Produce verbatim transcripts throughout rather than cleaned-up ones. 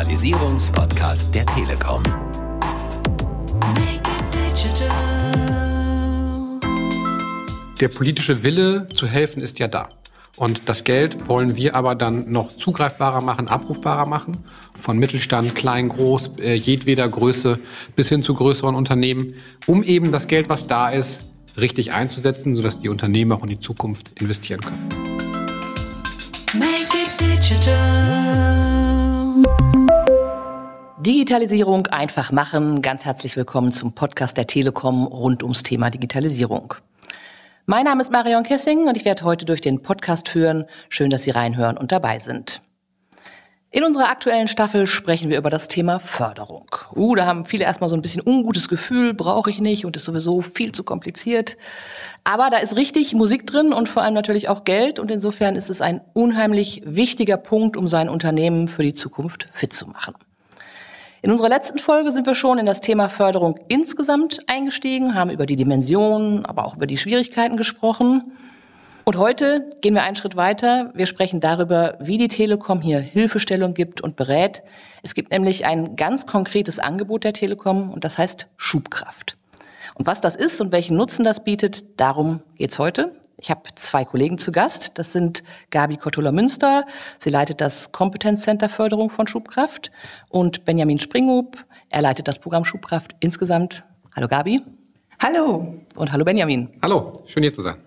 Digitalisierungspodcast der Telekom. Der politische Wille zu helfen ist ja da. Und das Geld wollen wir aber dann noch zugreifbarer machen, abrufbarer machen. Von Mittelstand, klein, groß, äh, jedweder Größe bis hin zu größeren Unternehmen, um eben das Geld, was da ist, richtig einzusetzen, sodass die Unternehmen auch in die Zukunft investieren können. Make it digital. Digitalisierung einfach machen. Ganz herzlich willkommen zum Podcast der Telekom rund ums Thema Digitalisierung. Mein Name ist Marion Kessing und ich werde heute durch den Podcast führen. Schön, dass Sie reinhören und dabei sind. In unserer aktuellen Staffel sprechen wir über das Thema Förderung. Uh, da haben viele erstmal so ein bisschen ungutes Gefühl, brauche ich nicht und ist sowieso viel zu kompliziert. Aber da ist richtig Musik drin und vor allem natürlich auch Geld und insofern ist es ein unheimlich wichtiger Punkt, um sein Unternehmen für die Zukunft fit zu machen. In unserer letzten Folge sind wir schon in das Thema Förderung insgesamt eingestiegen, haben über die Dimensionen, aber auch über die Schwierigkeiten gesprochen. Und heute gehen wir einen Schritt weiter. Wir sprechen darüber, wie die Telekom hier Hilfestellung gibt und berät. Es gibt nämlich ein ganz konkretes Angebot der Telekom und das heißt Schubkraft. Und was das ist und welchen Nutzen das bietet, darum geht's heute. Ich habe zwei Kollegen zu Gast. Das sind Gabi Kottola-Münster. Sie leitet das Kompetenzcenter Förderung von Schubkraft. Und Benjamin Springhub. Er leitet das Programm Schubkraft insgesamt. Hallo Gabi. Hallo. Und hallo Benjamin. Hallo, schön hier zu sein.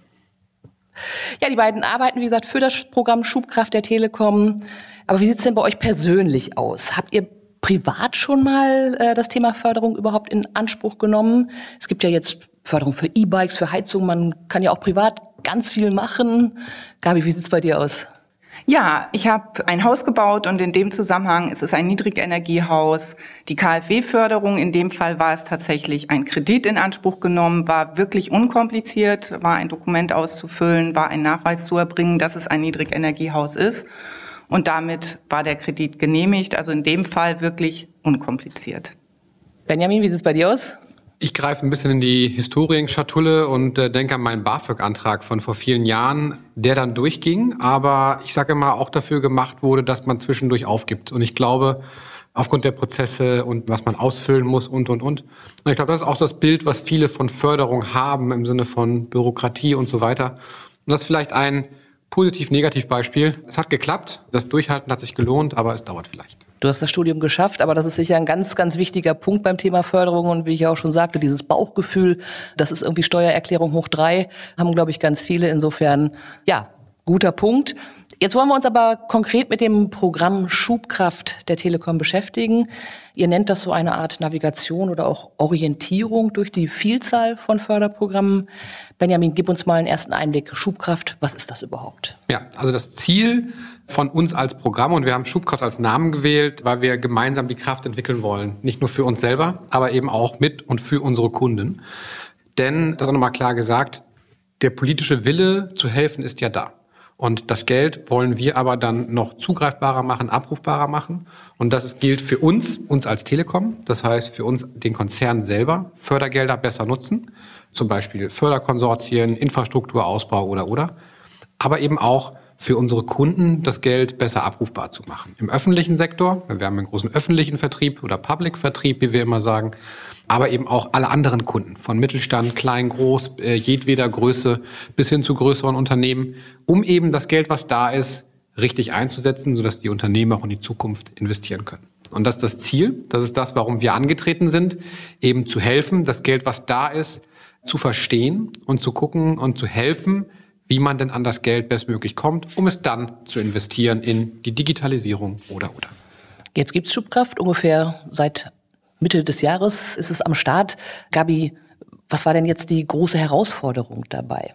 Ja, die beiden arbeiten, wie gesagt, für das Programm Schubkraft der Telekom. Aber wie sieht's denn bei euch persönlich aus? Habt ihr privat schon mal äh, das Thema Förderung überhaupt in Anspruch genommen? Es gibt ja jetzt Förderung für E-Bikes, für Heizung. Man kann ja auch privat ganz viel machen. Gabi, wie sieht's bei dir aus? Ja, ich habe ein Haus gebaut und in dem Zusammenhang ist es ein Niedrigenergiehaus. Die K f W-Förderung, in dem Fall war es tatsächlich ein Kredit in Anspruch genommen, war wirklich unkompliziert, war ein Dokument auszufüllen, war ein Nachweis zu erbringen, dass es ein Niedrigenergiehaus ist. Und damit war der Kredit genehmigt, also in dem Fall wirklich unkompliziert. Benjamin, wie sieht's bei dir aus? Ich greife ein bisschen in die Historienschatulle und äh, denke an meinen BAföG-Antrag von vor vielen Jahren, der dann durchging, aber ich sage immer auch dafür gemacht wurde, dass man zwischendurch aufgibt. Und ich glaube, aufgrund der Prozesse und was man ausfüllen muss und, und, und. Und ich glaube, das ist auch das Bild, was viele von Förderung haben im Sinne von Bürokratie und so weiter. Und das ist vielleicht ein Positiv-Negativ-Beispiel. Es hat geklappt, das Durchhalten hat sich gelohnt, aber es dauert vielleicht. Du hast das Studium geschafft, aber das ist sicher ein ganz, ganz wichtiger Punkt beim Thema Förderung. Und wie ich ja auch schon sagte, dieses Bauchgefühl, das ist irgendwie Steuererklärung hoch drei, haben, glaube ich, ganz viele. Insofern, ja, guter Punkt. Jetzt wollen wir uns aber konkret mit dem Programm Schubkraft der Telekom beschäftigen. Ihr nennt das so eine Art Navigation oder auch Orientierung durch die Vielzahl von Förderprogrammen. Benjamin, gib uns mal einen ersten Einblick. Schubkraft, was ist das überhaupt? Ja, also das Ziel von uns als Programm, und wir haben Schubkraft als Namen gewählt, weil wir gemeinsam die Kraft entwickeln wollen. Nicht nur für uns selber, aber eben auch mit und für unsere Kunden. Denn, das ist auch nochmal klar gesagt, der politische Wille zu helfen ist ja da. Und das Geld wollen wir aber dann noch zugreifbarer machen, abrufbarer machen. Und das ist, gilt für uns, uns als Telekom. Das heißt, für uns, den Konzern selber, Fördergelder besser nutzen. Zum Beispiel Förderkonsortien, Infrastrukturausbau oder, oder. Aber eben auch für unsere Kunden das Geld besser abrufbar zu machen. Im öffentlichen Sektor, wir haben einen großen öffentlichen Vertrieb oder Public-Vertrieb, wie wir immer sagen, aber eben auch alle anderen Kunden, von Mittelstand, klein, groß, äh, jedweder Größe bis hin zu größeren Unternehmen, um eben das Geld, was da ist, richtig einzusetzen, sodass die Unternehmen auch in die Zukunft investieren können. Und das ist das Ziel, das ist das, warum wir angetreten sind, eben zu helfen, das Geld, was da ist, zu verstehen und zu gucken und zu helfen, wie man denn an das Geld bestmöglich kommt, um es dann zu investieren in die Digitalisierung oder, oder. Jetzt gibt's Schubkraft, ungefähr seit Mitte des Jahres ist es am Start. Gabi, was war denn jetzt die große Herausforderung dabei?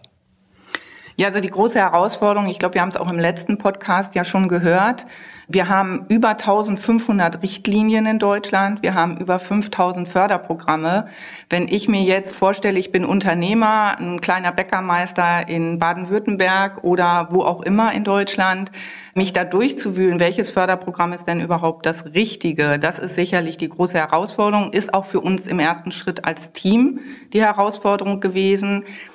Ja, also die große Herausforderung, ich glaube, wir haben es auch im letzten Podcast ja schon gehört. Wir haben über eintausendfünfhundert Richtlinien in Deutschland. Wir haben über fünftausend Förderprogramme. Wenn ich mir jetzt vorstelle, ich bin Unternehmer, ein kleiner Bäckermeister in Baden-Württemberg oder wo auch immer in Deutschland, mich da durchzuwühlen, welches Förderprogramm ist denn überhaupt das Richtige? Das ist sicherlich die große Herausforderung, ist auch für uns im ersten Schritt als Team die Herausforderung gewesen.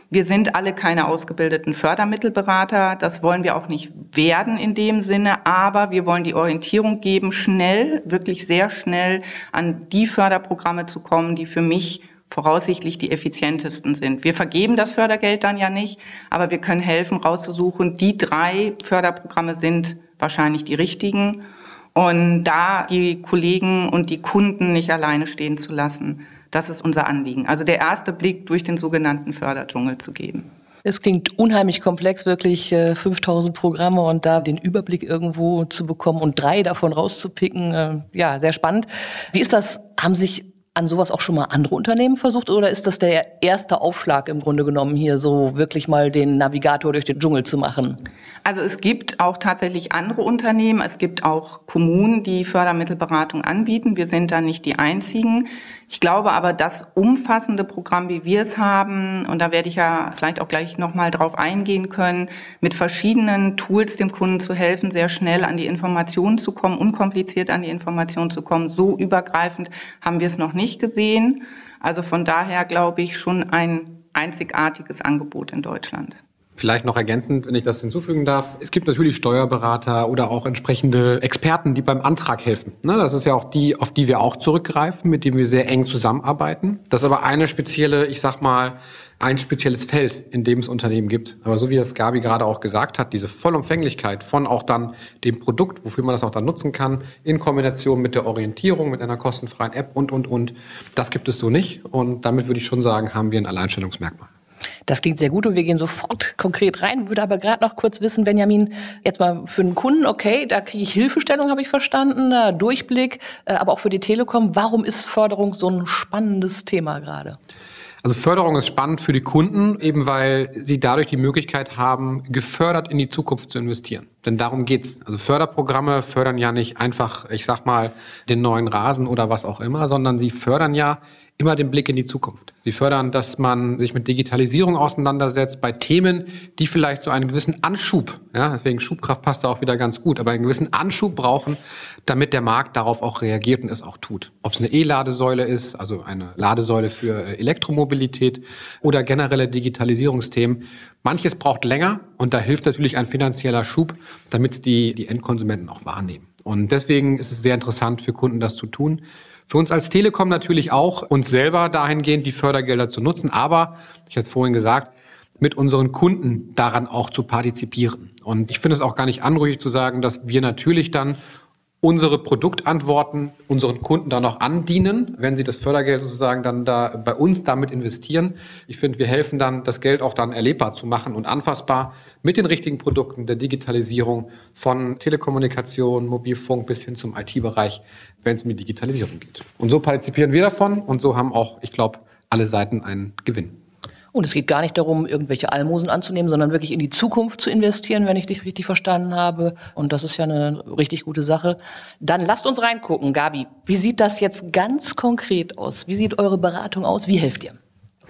Wir sind alle keine ausgebildeten Fördermittelberater. Das wollen wir auch nicht werden in dem Sinne. Aber wir wollen die Orientierung geben, schnell, wirklich sehr schnell an die Förderprogramme zu kommen, die für mich voraussichtlich die effizientesten sind. Wir vergeben das Fördergeld dann ja nicht, aber wir können helfen, rauszusuchen, die drei Förderprogramme sind wahrscheinlich die richtigen. Und da die Kollegen und die Kunden nicht alleine stehen zu lassen, das ist unser Anliegen. Also der erste Blick durch den sogenannten Förderdschungel zu geben. Es klingt unheimlich komplex, wirklich äh, fünftausend Programme und da den Überblick irgendwo zu bekommen und drei davon rauszupicken. Äh, ja, sehr spannend. Wie ist das? Haben sich an sowas auch schon mal andere Unternehmen versucht oder ist das der erste Aufschlag im Grunde genommen, hier so wirklich mal den Navigator durch den Dschungel zu machen? Also es gibt auch tatsächlich andere Unternehmen, es gibt auch Kommunen, die Fördermittelberatung anbieten. Wir sind da nicht die einzigen. Ich glaube aber, das umfassende Programm, wie wir es haben, und da werde ich ja vielleicht auch gleich nochmal drauf eingehen können, mit verschiedenen Tools dem Kunden zu helfen, sehr schnell an die Informationen zu kommen, unkompliziert an die Informationen zu kommen. So übergreifend haben wir es noch nicht gesehen. Also von daher glaube ich schon ein einzigartiges Angebot in Deutschland. Vielleicht noch ergänzend, wenn ich das hinzufügen darf. Es gibt natürlich Steuerberater oder auch entsprechende Experten, die beim Antrag helfen. Das ist ja auch die, auf die wir auch zurückgreifen, mit denen wir sehr eng zusammenarbeiten. Das ist aber eine spezielle, ich sag mal, ein spezielles Feld, in dem es Unternehmen gibt. Aber so wie das Gabi gerade auch gesagt hat, diese Vollumfänglichkeit von auch dann dem Produkt, wofür man das auch dann nutzen kann, in Kombination mit der Orientierung, mit einer kostenfreien App und, und, und, das gibt es so nicht. Und damit würde ich schon sagen, haben wir ein Alleinstellungsmerkmal. Das klingt sehr gut und wir gehen sofort konkret rein. Würde aber gerade noch kurz wissen, Benjamin, jetzt mal für einen Kunden, okay, da kriege ich Hilfestellung, habe ich verstanden, Durchblick, aber auch für die Telekom. Warum ist Förderung so ein spannendes Thema gerade? Also Förderung ist spannend für die Kunden, eben weil sie dadurch die Möglichkeit haben, gefördert in die Zukunft zu investieren. Denn darum geht's. Also Förderprogramme fördern ja nicht einfach, ich sag mal, den neuen Rasen oder was auch immer, sondern sie fördern ja immer den Blick in die Zukunft. Sie fördern, dass man sich mit Digitalisierung auseinandersetzt, bei Themen, die vielleicht so einen gewissen Anschub, ja, deswegen Schubkraft passt da auch wieder ganz gut, aber einen gewissen Anschub brauchen, damit der Markt darauf auch reagiert und es auch tut. Ob es eine E-Ladesäule ist, also eine Ladesäule für Elektromobilität oder generelle Digitalisierungsthemen. Manches braucht länger und da hilft natürlich ein finanzieller Schub, damit es die, die Endkonsumenten auch wahrnehmen. Und deswegen ist es sehr interessant für Kunden, das zu tun. Für uns als Telekom natürlich auch, uns selber dahingehend die Fördergelder zu nutzen, aber, ich habe es vorhin gesagt, mit unseren Kunden daran auch zu partizipieren. Und ich finde es auch gar nicht anrüchig zu sagen, dass wir natürlich dann unsere Produktantworten unseren Kunden dann auch andienen, wenn sie das Fördergeld sozusagen dann da bei uns damit investieren. Ich finde, wir helfen dann, das Geld auch dann erlebbar zu machen und anfassbar mit den richtigen Produkten der Digitalisierung von Telekommunikation, Mobilfunk bis hin zum I T-Bereich, wenn es um die Digitalisierung geht. Und so partizipieren wir davon und so haben auch, ich glaube, alle Seiten einen Gewinn. Und es geht gar nicht darum, irgendwelche Almosen anzunehmen, sondern wirklich in die Zukunft zu investieren, wenn ich dich richtig verstanden habe. Und das ist ja eine richtig gute Sache. Dann lasst uns reingucken, Gabi. Wie sieht das jetzt ganz konkret aus? Wie sieht eure Beratung aus? Wie helft ihr?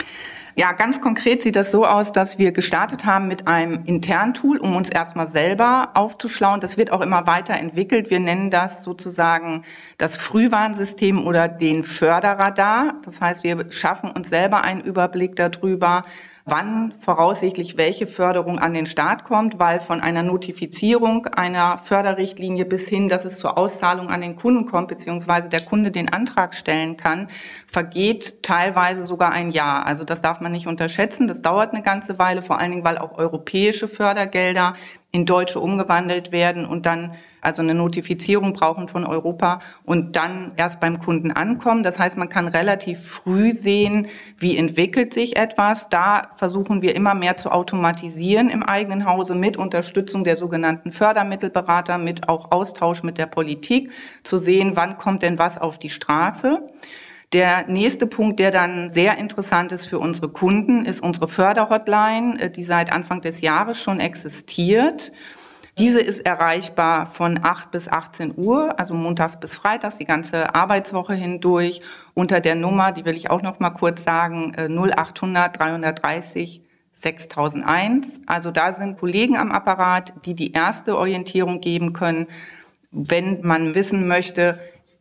Ja, ganz konkret sieht das so aus, dass wir gestartet haben mit einem internen Tool, um uns erstmal selber aufzuschlauen. Das wird auch immer weiterentwickelt. Wir nennen das sozusagen das Frühwarnsystem oder den Förderradar. Das heißt, wir schaffen uns selber einen Überblick darüber, wann voraussichtlich welche Förderung an den Start kommt, weil von einer Notifizierung einer Förderrichtlinie bis hin, dass es zur Auszahlung an den Kunden kommt, beziehungsweise der Kunde den Antrag stellen kann, vergeht teilweise sogar ein Jahr. Also das darf man nicht unterschätzen. Das dauert eine ganze Weile, vor allen Dingen, weil auch europäische Fördergelder in deutsche umgewandelt werden und dann also eine Notifizierung brauchen von Europa und dann erst beim Kunden ankommen. Das heißt, man kann relativ früh sehen, wie entwickelt sich etwas. Da versuchen wir immer mehr zu automatisieren im eigenen Hause mit Unterstützung der sogenannten Fördermittelberater, mit auch Austausch mit der Politik, zu sehen, wann kommt denn was auf die Straße. Der nächste Punkt, der dann sehr interessant ist für unsere Kunden, ist unsere Förderhotline, die seit Anfang des Jahres schon existiert. Diese ist erreichbar von acht bis achtzehn Uhr, also montags bis freitags, die ganze Arbeitswoche hindurch, unter der Nummer, die will ich auch noch mal kurz sagen, null achthundert dreihundertdreißig sechstausendeins. Also da sind Kollegen am Apparat, die die erste Orientierung geben können, wenn man wissen möchte,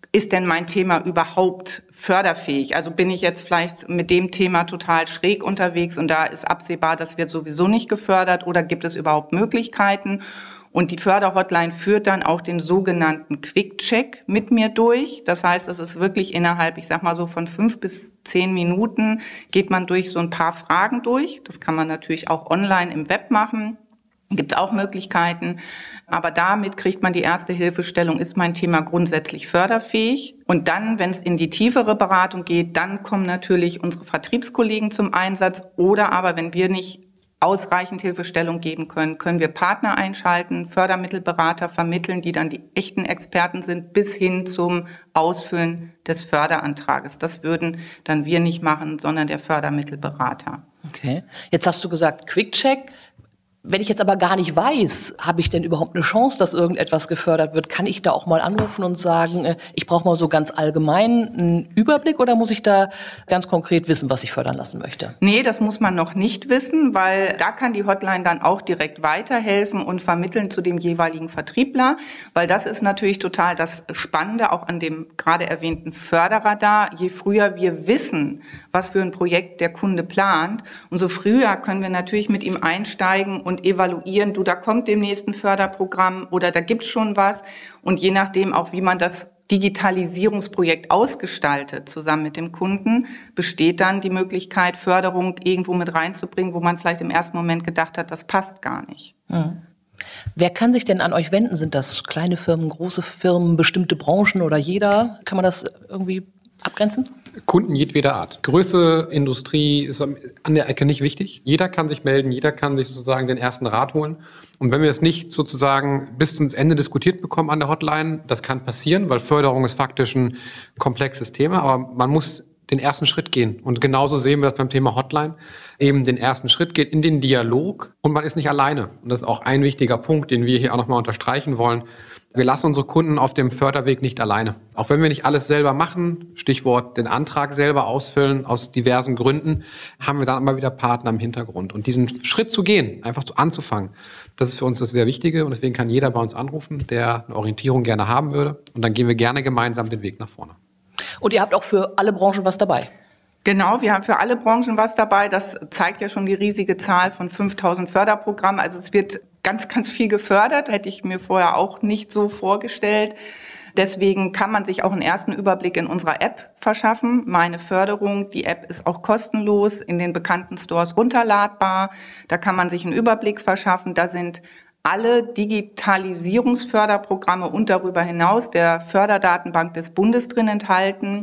ist denn mein Thema überhaupt förderfähig? Also bin ich jetzt vielleicht mit dem Thema total schräg unterwegs und da ist absehbar, das wird sowieso nicht gefördert, oder gibt es überhaupt Möglichkeiten? Und die Förderhotline führt dann auch den sogenannten Quick-Check mit mir durch. Das heißt, es ist wirklich innerhalb, ich sag mal so von fünf bis zehn Minuten geht man durch so ein paar Fragen durch. Das kann man natürlich auch online im Web machen. Gibt auch Möglichkeiten, aber damit kriegt man die erste Hilfestellung, ist mein Thema grundsätzlich förderfähig? Und dann, wenn es in die tiefere Beratung geht, dann kommen natürlich unsere Vertriebskollegen zum Einsatz, oder aber wenn wir nicht ausreichend Hilfestellung geben können, können wir Partner einschalten, Fördermittelberater vermitteln, die dann die echten Experten sind, bis hin zum Ausfüllen des Förderantrages. Das würden dann wir nicht machen, sondern der Fördermittelberater. Okay, jetzt hast du gesagt Quick-Check. Wenn ich jetzt aber gar nicht weiß, habe ich denn überhaupt eine Chance, dass irgendetwas gefördert wird? Kann ich da auch mal anrufen und sagen, ich brauche mal so ganz allgemein einen Überblick, oder muss ich da ganz konkret wissen, was ich fördern lassen möchte? Nee, das muss man noch nicht wissen, weil da kann die Hotline dann auch direkt weiterhelfen und vermitteln zu dem jeweiligen Vertriebler, weil das ist natürlich total das Spannende auch an dem gerade erwähnten Förderradar. Je früher wir wissen, was für ein Projekt der Kunde plant, umso früher können wir natürlich mit ihm einsteigen und evaluieren, du, da kommt demnächst ein Förderprogramm oder da gibt's schon was. Und je nachdem auch, wie man das Digitalisierungsprojekt ausgestaltet, zusammen mit dem Kunden, besteht dann die Möglichkeit, Förderung irgendwo mit reinzubringen, wo man vielleicht im ersten Moment gedacht hat, das passt gar nicht. Mhm. Wer kann sich denn an euch wenden? Sind das kleine Firmen, große Firmen, bestimmte Branchen oder jeder? Kann man das irgendwie abgrenzen? Kunden jedweder Art. Größe, Industrie ist an der Ecke nicht wichtig. Jeder kann sich melden, jeder kann sich sozusagen den ersten Rat holen. Und wenn wir es nicht sozusagen bis zum Ende diskutiert bekommen an der Hotline, das kann passieren, weil Förderung ist faktisch ein komplexes Thema, aber man muss den ersten Schritt gehen. Und genauso sehen wir das beim Thema Hotline, eben den ersten Schritt geht in den Dialog und man ist nicht alleine. Und das ist auch ein wichtiger Punkt, den wir hier auch nochmal unterstreichen wollen. Wir lassen unsere Kunden auf dem Förderweg nicht alleine. Auch wenn wir nicht alles selber machen, Stichwort den Antrag selber ausfüllen, aus diversen Gründen, haben wir dann immer wieder Partner im Hintergrund. Und diesen Schritt zu gehen, einfach zu anzufangen, das ist für uns das sehr Wichtige. Und deswegen kann jeder bei uns anrufen, der eine Orientierung gerne haben würde. Und dann gehen wir gerne gemeinsam den Weg nach vorne. Und ihr habt auch für alle Branchen was dabei? Genau, wir haben für alle Branchen was dabei. Das zeigt ja schon die riesige Zahl von fünftausend Förderprogrammen. Also es wird ganz, ganz viel gefördert. Hätte ich mir vorher auch nicht so vorgestellt. Deswegen kann man sich auch einen ersten Überblick in unserer App verschaffen. Meine Förderung, die App ist auch kostenlos in den bekannten Stores runterladbar. Da kann man sich einen Überblick verschaffen. Da sind alle Digitalisierungsförderprogramme und darüber hinaus der Förderdatenbank des Bundes drin enthalten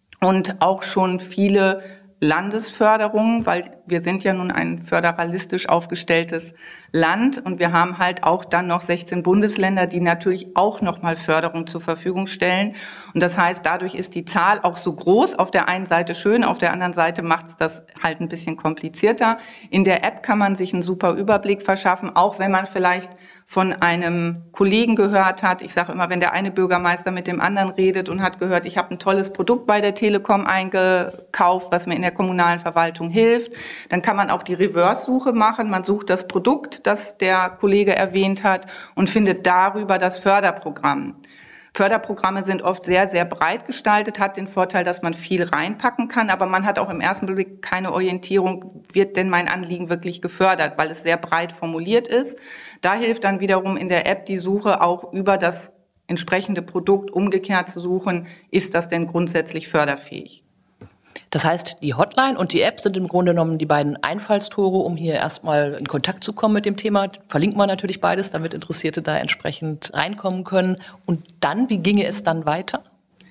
und auch schon viele Landesförderungen, weil wir sind ja nun ein föderalistisch aufgestelltes Land und wir haben halt auch dann noch sechzehn Bundesländer, die natürlich auch nochmal Förderung zur Verfügung stellen. Und das heißt, dadurch ist die Zahl auch so groß. Auf der einen Seite schön, auf der anderen Seite macht es das halt ein bisschen komplizierter. In der App kann man sich einen super Überblick verschaffen, auch wenn man vielleicht von einem Kollegen gehört hat. Ich sage immer, wenn der eine Bürgermeister mit dem anderen redet und hat gehört, ich habe ein tolles Produkt bei der Telekom eingekauft, was mir in der kommunalen Verwaltung hilft, dann kann man auch die Reverse-Suche machen. Man sucht das Produkt, das der Kollege erwähnt hat und findet darüber das Förderprogramm. Förderprogramme sind oft sehr, sehr breit gestaltet, hat den Vorteil, dass man viel reinpacken kann, aber man hat auch im ersten Blick keine Orientierung, wird denn mein Anliegen wirklich gefördert, weil es sehr breit formuliert ist. Da hilft dann wiederum in der App die Suche auch über das entsprechende Produkt umgekehrt zu suchen, ist das denn grundsätzlich förderfähig? Das heißt, die Hotline und die App sind im Grunde genommen die beiden Einfallstore, um hier erstmal in Kontakt zu kommen mit dem Thema. Verlinken wir natürlich beides, damit Interessierte da entsprechend reinkommen können. Und dann, wie ginge es dann weiter?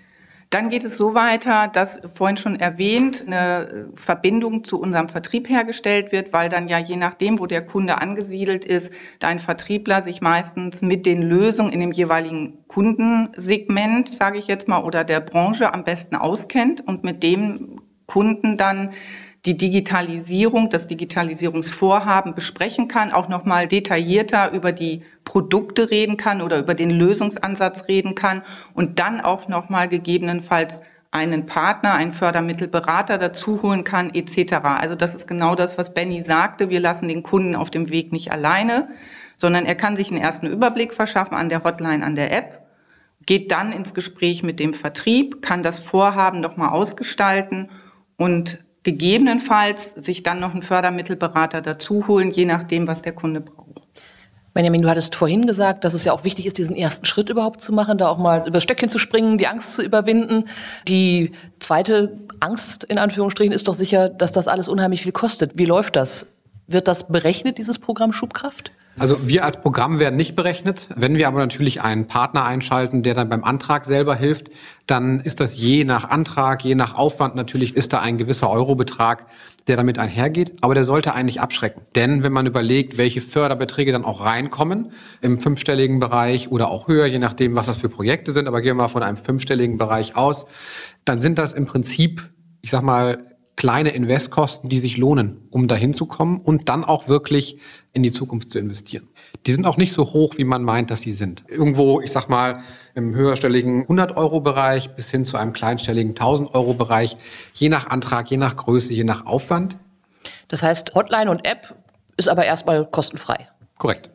Dann geht es so weiter, dass vorhin schon erwähnt, eine Verbindung zu unserem Vertrieb hergestellt wird, weil dann ja je nachdem, wo der Kunde angesiedelt ist, da ein Vertriebler sich meistens mit den Lösungen in dem jeweiligen Kundensegment, sage ich jetzt mal, oder der Branche am besten auskennt und mit dem Kunden dann die Digitalisierung, das Digitalisierungsvorhaben besprechen kann, auch nochmal detaillierter über die Produkte reden kann oder über den Lösungsansatz reden kann und dann auch nochmal gegebenenfalls einen Partner, einen Fördermittelberater dazu holen kann et cetera. Also das ist genau das, was Benny sagte. Wir lassen den Kunden auf dem Weg nicht alleine, sondern er kann sich einen ersten Überblick verschaffen an der Hotline, an der App. geht dann ins Gespräch mit dem Vertrieb, kann das Vorhaben nochmal ausgestalten und gegebenenfalls sich dann noch einen Fördermittelberater dazu holen, je nachdem, was der Kunde braucht. Benjamin, du hattest vorhin gesagt, dass es ja auch wichtig ist, diesen ersten Schritt überhaupt zu machen, da auch mal übers Stöckchen zu springen, die Angst zu überwinden. Die zweite Angst, in Anführungsstrichen, ist doch sicher, dass das alles unheimlich viel kostet. Wie läuft das? Wird das berechnet, dieses Programm Schubkraft? Also wir als Programm werden nicht berechnet. Wenn wir aber natürlich einen Partner einschalten, der dann beim Antrag selber hilft, dann ist das je nach Antrag, je nach Aufwand natürlich ist da ein gewisser Eurobetrag, der damit einhergeht. Aber der sollte eigentlich abschrecken. Denn wenn man überlegt, welche Förderbeträge dann auch reinkommen, im fünfstelligen Bereich oder auch höher, je nachdem, was das für Projekte sind, aber gehen wir mal von einem fünfstelligen Bereich aus, dann sind das im Prinzip, ich sag mal, kleine Investkosten, die sich lohnen, um dahin zu kommen und dann auch wirklich in die Zukunft zu investieren. Die sind auch nicht so hoch, wie man meint, dass sie sind. Irgendwo, ich sag mal, im höherstelligen hundert-Euro-Bereich bis hin zu einem kleinstelligen tausend-Euro-Bereich, je nach Antrag, je nach Größe, je nach Aufwand. Das heißt, Hotline und App ist aber erstmal kostenfrei. Korrekt.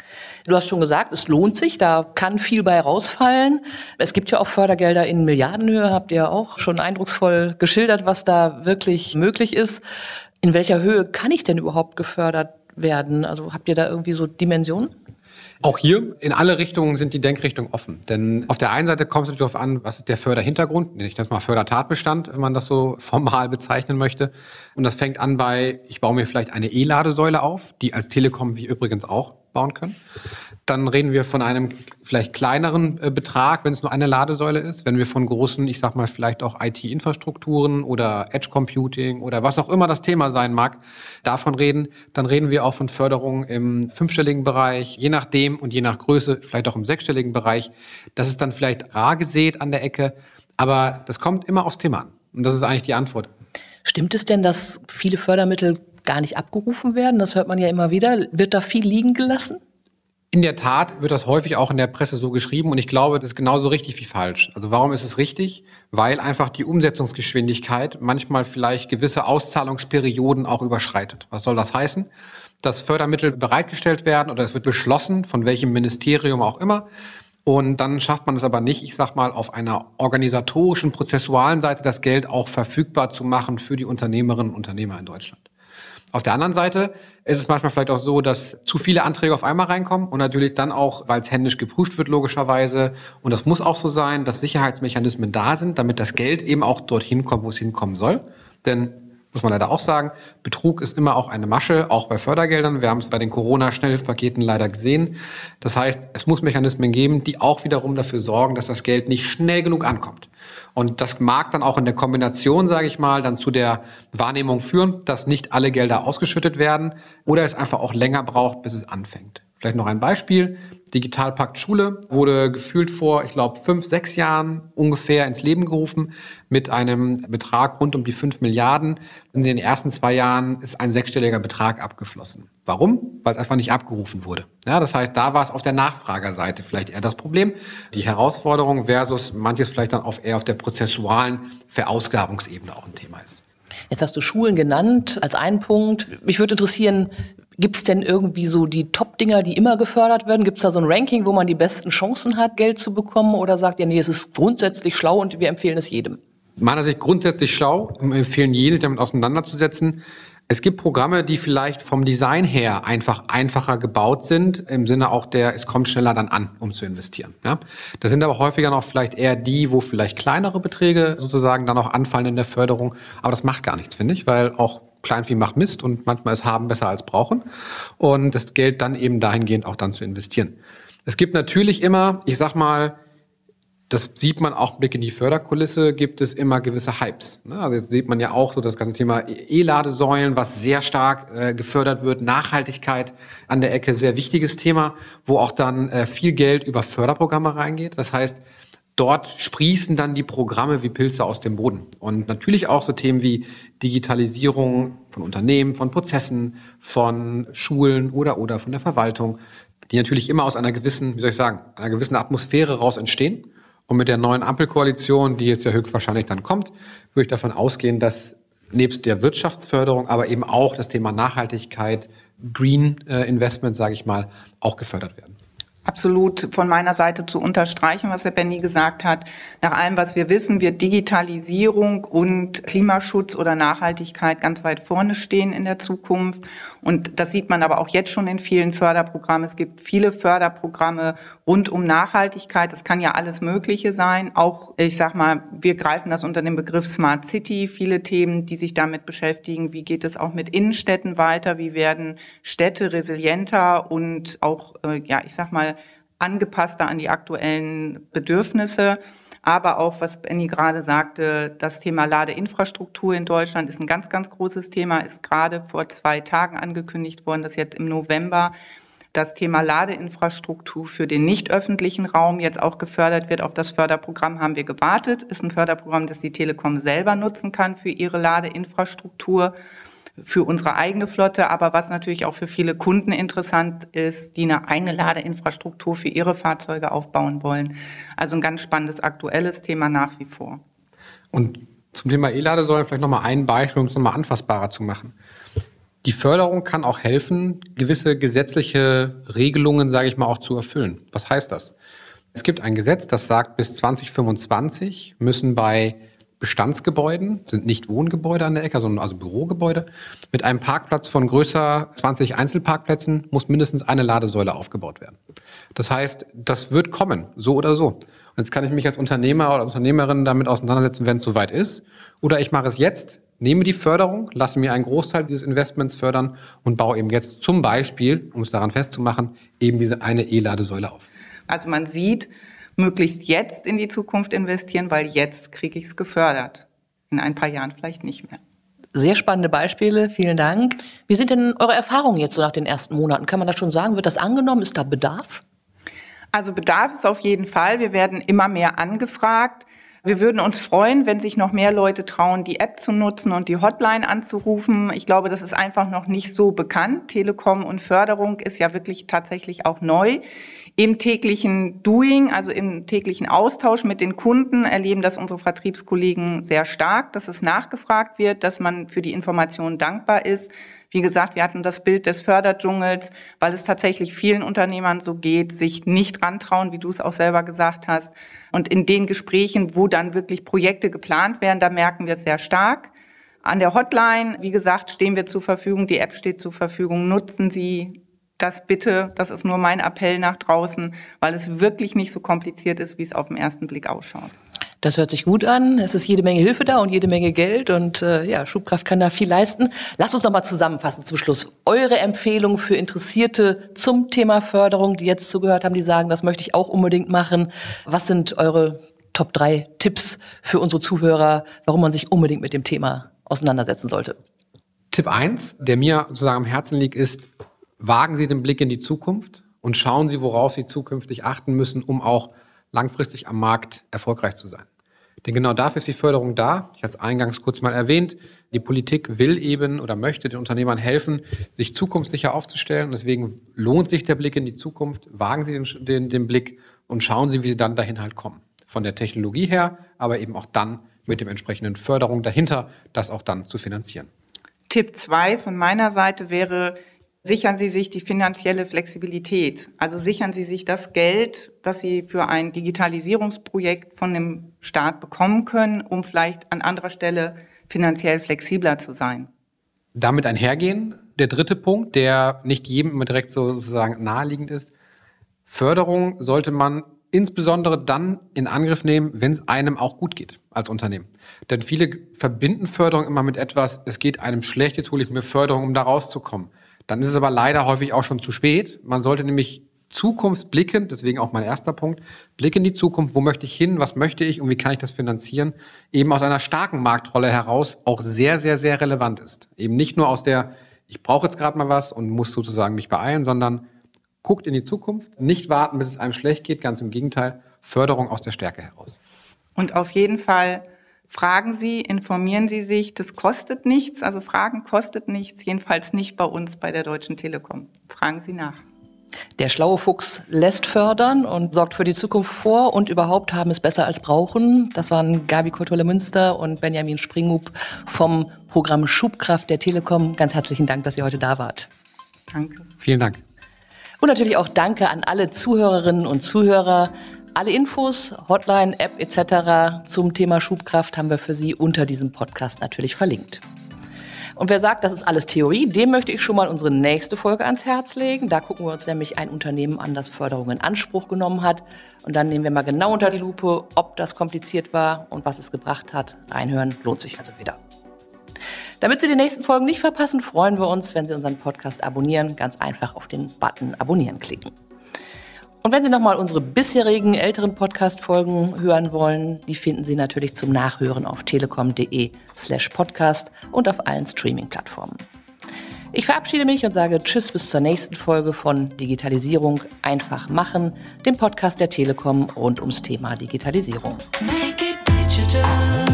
Du hast schon gesagt, es lohnt sich, da kann viel bei rausfallen. Es gibt ja auch Fördergelder in Milliardenhöhe, habt ihr auch schon eindrucksvoll geschildert, was da wirklich möglich ist. In welcher Höhe kann ich denn überhaupt gefördert werden? Also habt ihr da irgendwie so Dimensionen? Auch hier in alle Richtungen sind die Denkrichtungen offen. Denn auf der einen Seite kommt es natürlich darauf an, was ist der Förderhintergrund, ich nenne das mal Fördertatbestand, wenn man das so formal bezeichnen möchte. Und das fängt an bei, ich baue mir vielleicht eine E-Ladesäule auf, die als Telekom wir übrigens auch bauen können. Dann reden wir von einem vielleicht kleineren äh, Betrag, wenn es nur eine Ladesäule ist. Wenn wir von großen, ich sag mal vielleicht auch I T-Infrastrukturen oder Edge Computing oder was auch immer das Thema sein mag, davon reden, dann reden wir auch von Förderung im fünfstelligen Bereich, je nachdem und je nach Größe, vielleicht auch im sechsstelligen Bereich. Das ist dann vielleicht rar gesät an der Ecke, aber das kommt immer aufs Thema an. Und das ist eigentlich die Antwort. Stimmt es denn, dass viele Fördermittel gar nicht abgerufen werden? Das hört man ja immer wieder. Wird da viel liegen gelassen? In der Tat wird das häufig auch in der Presse so geschrieben und ich glaube, das ist genauso richtig wie falsch. Also warum ist es richtig? Weil einfach die Umsetzungsgeschwindigkeit manchmal vielleicht gewisse Auszahlungsperioden auch überschreitet. Was soll das heißen? Dass Fördermittel bereitgestellt werden oder es wird beschlossen, von welchem Ministerium auch immer. Und dann schafft man es aber nicht, ich sag mal, auf einer organisatorischen, prozessualen Seite das Geld auch verfügbar zu machen für die Unternehmerinnen und Unternehmer in Deutschland. Auf der anderen Seite ist es manchmal vielleicht auch so, dass zu viele Anträge auf einmal reinkommen und natürlich dann auch, weil es händisch geprüft wird logischerweise, und das muss auch so sein, dass Sicherheitsmechanismen da sind, damit das Geld eben auch dorthin kommt, wo es hinkommen soll. Denn, muss man leider auch sagen, Betrug ist immer auch eine Masche, auch bei Fördergeldern. Wir haben es bei den Corona-Schnellhilfspaketen leider gesehen. Das heißt, es muss Mechanismen geben, die auch wiederum dafür sorgen, dass das Geld nicht schnell genug ankommt. Und das mag dann auch in der Kombination, sage ich mal, dann zu der Wahrnehmung führen, dass nicht alle Gelder ausgeschüttet werden oder es einfach auch länger braucht, bis es anfängt. Vielleicht noch ein Beispiel. Digitalpakt Schule wurde gefühlt vor, ich glaube, fünf, sechs Jahren ungefähr ins Leben gerufen mit einem Betrag rund um die fünf Milliarden. In den ersten zwei Jahren ist ein sechsstelliger Betrag abgeflossen. Warum? Weil es einfach nicht abgerufen wurde. Ja, das heißt, da war es auf der Nachfragerseite vielleicht eher das Problem, die Herausforderung versus manches vielleicht dann auf eher auf der prozessualen Verausgabungsebene auch ein Thema ist. Jetzt hast du Schulen genannt als einen Punkt. Mich würde interessieren, gibt es denn irgendwie so die Top-Dinger, die immer gefördert werden? Gibt es da so ein Ranking, wo man die besten Chancen hat, Geld zu bekommen? Oder sagt ihr, nee, es ist grundsätzlich schlau und wir empfehlen es jedem? Meiner Sicht grundsätzlich schlau, wir empfehlen jedem, sich damit auseinanderzusetzen. Es gibt Programme, die vielleicht vom Design her einfach einfacher gebaut sind, im Sinne auch der, es kommt schneller dann an, um zu investieren. Ja? Das sind aber häufiger noch vielleicht eher die, wo vielleicht kleinere Beträge sozusagen dann auch anfallen in der Förderung. Aber das macht gar nichts, finde ich, weil auch Kleinvieh macht Mist und manchmal ist haben besser als brauchen. Und das Geld dann eben dahingehend auch dann zu investieren. Es gibt natürlich immer, ich sag mal, das sieht man auch, Blick in die Förderkulisse, gibt es immer gewisse Hypes. Also jetzt sieht man ja auch so das ganze Thema E-Ladesäulen, was sehr stark äh, gefördert wird. Nachhaltigkeit an der Ecke, sehr wichtiges Thema, wo auch dann äh, viel Geld über Förderprogramme reingeht. Das heißt, dort sprießen dann die Programme wie Pilze aus dem Boden. Und natürlich auch so Themen wie Digitalisierung von Unternehmen, von Prozessen, von Schulen oder oder von der Verwaltung, die natürlich immer aus einer gewissen, wie soll ich sagen, einer gewissen Atmosphäre raus entstehen. Und mit der neuen Ampelkoalition, die jetzt ja höchstwahrscheinlich dann kommt, würde ich davon ausgehen, dass nebst der Wirtschaftsförderung, aber eben auch das Thema Nachhaltigkeit, Green äh, Investment, sage ich mal, auch gefördert werden. absolut von meiner Seite zu unterstreichen, was Herr Benny gesagt hat. Nach allem, was wir wissen, wird Digitalisierung und Klimaschutz oder Nachhaltigkeit ganz weit vorne stehen in der Zukunft. Und das sieht man aber auch jetzt schon in vielen Förderprogrammen. Es gibt viele Förderprogramme rund um Nachhaltigkeit. Das kann ja alles Mögliche sein. Auch, ich sag mal, wir greifen das unter den Begriff Smart City. Viele Themen, die sich damit beschäftigen. Wie geht es auch mit Innenstädten weiter? Wie werden Städte resilienter und auch, ja, ich sag mal, angepasster an die aktuellen Bedürfnisse. Aber auch, was Benny gerade sagte, das Thema Ladeinfrastruktur in Deutschland ist ein ganz, ganz großes Thema, ist gerade vor zwei Tagen angekündigt worden, dass jetzt im November das Thema Ladeinfrastruktur für den nicht öffentlichen Raum jetzt auch gefördert wird. Auf das Förderprogramm haben wir gewartet. Ist ein Förderprogramm, das die Telekom selber nutzen kann für ihre Ladeinfrastruktur, für unsere eigene Flotte, aber was natürlich auch für viele Kunden interessant ist, die eine eigene Ladeinfrastruktur für ihre Fahrzeuge aufbauen wollen. Also ein ganz spannendes, aktuelles Thema nach wie vor. Und zum Thema E-Ladesäulen vielleicht nochmal ein Beispiel, um es nochmal anfassbarer zu machen. Die Förderung kann auch helfen, gewisse gesetzliche Regelungen, sage ich mal, auch zu erfüllen. Was heißt das? Es gibt ein Gesetz, das sagt, bis zwanzig fünfundzwanzig müssen bei Bestandsgebäuden, sind nicht Wohngebäude an der Ecke, sondern also Bürogebäude, mit einem Parkplatz von größer zwanzig Einzelparkplätzen muss mindestens eine Ladesäule aufgebaut werden. Das heißt, das wird kommen, so oder so. Und jetzt kann ich mich als Unternehmer oder Unternehmerin damit auseinandersetzen, wenn es soweit ist. Oder ich mache es jetzt, nehme die Förderung, lasse mir einen Großteil dieses Investments fördern und baue eben jetzt zum Beispiel, um es daran festzumachen, eben diese eine E-Ladesäule auf. Also man sieht, möglichst jetzt in die Zukunft investieren, weil jetzt kriege ich es gefördert. In ein paar Jahren vielleicht nicht mehr. Sehr spannende Beispiele, vielen Dank. Wie sind denn eure Erfahrungen jetzt so nach den ersten Monaten? Kann man das schon sagen? Wird das angenommen? Ist da Bedarf? Also Bedarf ist auf jeden Fall. Wir werden immer mehr angefragt. Wir würden uns freuen, wenn sich noch mehr Leute trauen, die App zu nutzen und die Hotline anzurufen. Ich glaube, das ist einfach noch nicht so bekannt. Telekom und Förderung ist ja wirklich tatsächlich auch neu. Im täglichen Doing, also im täglichen Austausch mit den Kunden, erleben das unsere Vertriebskollegen sehr stark, dass es nachgefragt wird, dass man für die Informationen dankbar ist. Wie gesagt, wir hatten das Bild des Förderdschungels, weil es tatsächlich vielen Unternehmern so geht, sich nicht rantrauen, wie du es auch selber gesagt hast. Und in den Gesprächen, wo dann wirklich Projekte geplant werden, da merken wir es sehr stark. An der Hotline, wie gesagt, stehen wir zur Verfügung, die App steht zur Verfügung, nutzen Sie das bitte, das ist nur mein Appell nach draußen, weil es wirklich nicht so kompliziert ist, wie es auf den ersten Blick ausschaut. Das hört sich gut an. Es ist jede Menge Hilfe da und jede Menge Geld und äh, ja, Schubkraft kann da viel leisten. Lasst uns noch mal zusammenfassen zum Schluss. Eure Empfehlung für Interessierte zum Thema Förderung, die jetzt zugehört haben, die sagen, das möchte ich auch unbedingt machen. Was sind eure Top drei Tipps für unsere Zuhörer, warum man sich unbedingt mit dem Thema auseinandersetzen sollte? Tipp eins, der mir sozusagen am Herzen liegt, ist, wagen Sie den Blick in die Zukunft und schauen Sie, worauf Sie zukünftig achten müssen, um auch langfristig am Markt erfolgreich zu sein. Denn genau dafür ist die Förderung da. Ich hatte es eingangs kurz mal erwähnt. Die Politik will eben oder möchte den Unternehmern helfen, sich zukunftssicher aufzustellen. Und deswegen lohnt sich der Blick in die Zukunft. Wagen Sie den, den, den Blick und schauen Sie, wie Sie dann dahin halt kommen. Von der Technologie her, aber eben auch dann mit dem entsprechenden Förderung dahinter, das auch dann zu finanzieren. Tipp zwei von meiner Seite wäre, sichern Sie sich die finanzielle Flexibilität. Also sichern Sie sich das Geld, das Sie für ein Digitalisierungsprojekt von dem Staat bekommen können, um vielleicht an anderer Stelle finanziell flexibler zu sein. Damit einhergehen, der dritte Punkt, der nicht jedem immer direkt so sozusagen naheliegend ist. Förderung sollte man insbesondere dann in Angriff nehmen, wenn es einem auch gut geht als Unternehmen. Denn viele verbinden Förderung immer mit etwas, es geht einem schlecht, jetzt hole ich mir Förderung, um da rauszukommen. Dann ist es aber leider häufig auch schon zu spät. Man sollte nämlich zukunftsblickend, deswegen auch mein erster Punkt, Blick in die Zukunft, wo möchte ich hin, was möchte ich und wie kann ich das finanzieren, eben aus einer starken Marktrolle heraus auch sehr, sehr, sehr relevant ist. Eben nicht nur aus der, ich brauche jetzt gerade mal was und muss sozusagen mich beeilen, sondern guckt in die Zukunft, nicht warten, bis es einem schlecht geht, ganz im Gegenteil, Förderung aus der Stärke heraus. Und auf jeden Fall fragen Sie, informieren Sie sich, das kostet nichts, also Fragen kostet nichts, jedenfalls nicht bei uns bei der Deutschen Telekom. Fragen Sie nach. Der schlaue Fuchs lässt fördern und sorgt für die Zukunft vor und überhaupt haben es besser als brauchen. Das waren Gabi Kortola-Münster und Benjamin Springhub vom Programm Schubkraft der Telekom. Ganz herzlichen Dank, dass ihr heute da wart. Danke. Vielen Dank. Und natürlich auch danke an alle Zuhörerinnen und Zuhörer. Alle Infos, Hotline, App et cetera zum Thema Schubkraft haben wir für Sie unter diesem Podcast natürlich verlinkt. Und wer sagt, das ist alles Theorie, dem möchte ich schon mal unsere nächste Folge ans Herz legen. Da gucken wir uns nämlich ein Unternehmen an, das Förderung in Anspruch genommen hat. Und dann nehmen wir mal genau unter die Lupe, ob das kompliziert war und was es gebracht hat. Reinhören lohnt sich also wieder. Damit Sie die nächsten Folgen nicht verpassen, freuen wir uns, wenn Sie unseren Podcast abonnieren. Ganz einfach auf den Button Abonnieren klicken. Und wenn Sie nochmal unsere bisherigen älteren Podcast-Folgen hören wollen, die finden Sie natürlich zum Nachhören auf telekom.de slash podcast und auf allen Streaming-Plattformen. Ich verabschiede mich und sage Tschüss bis zur nächsten Folge von Digitalisierung einfach machen, dem Podcast der Telekom rund ums Thema Digitalisierung. Make it digital.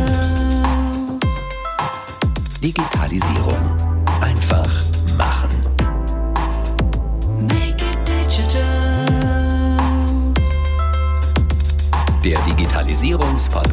Digitalisierung einfach machen. Make it digital. Der Digitalisierungspodcast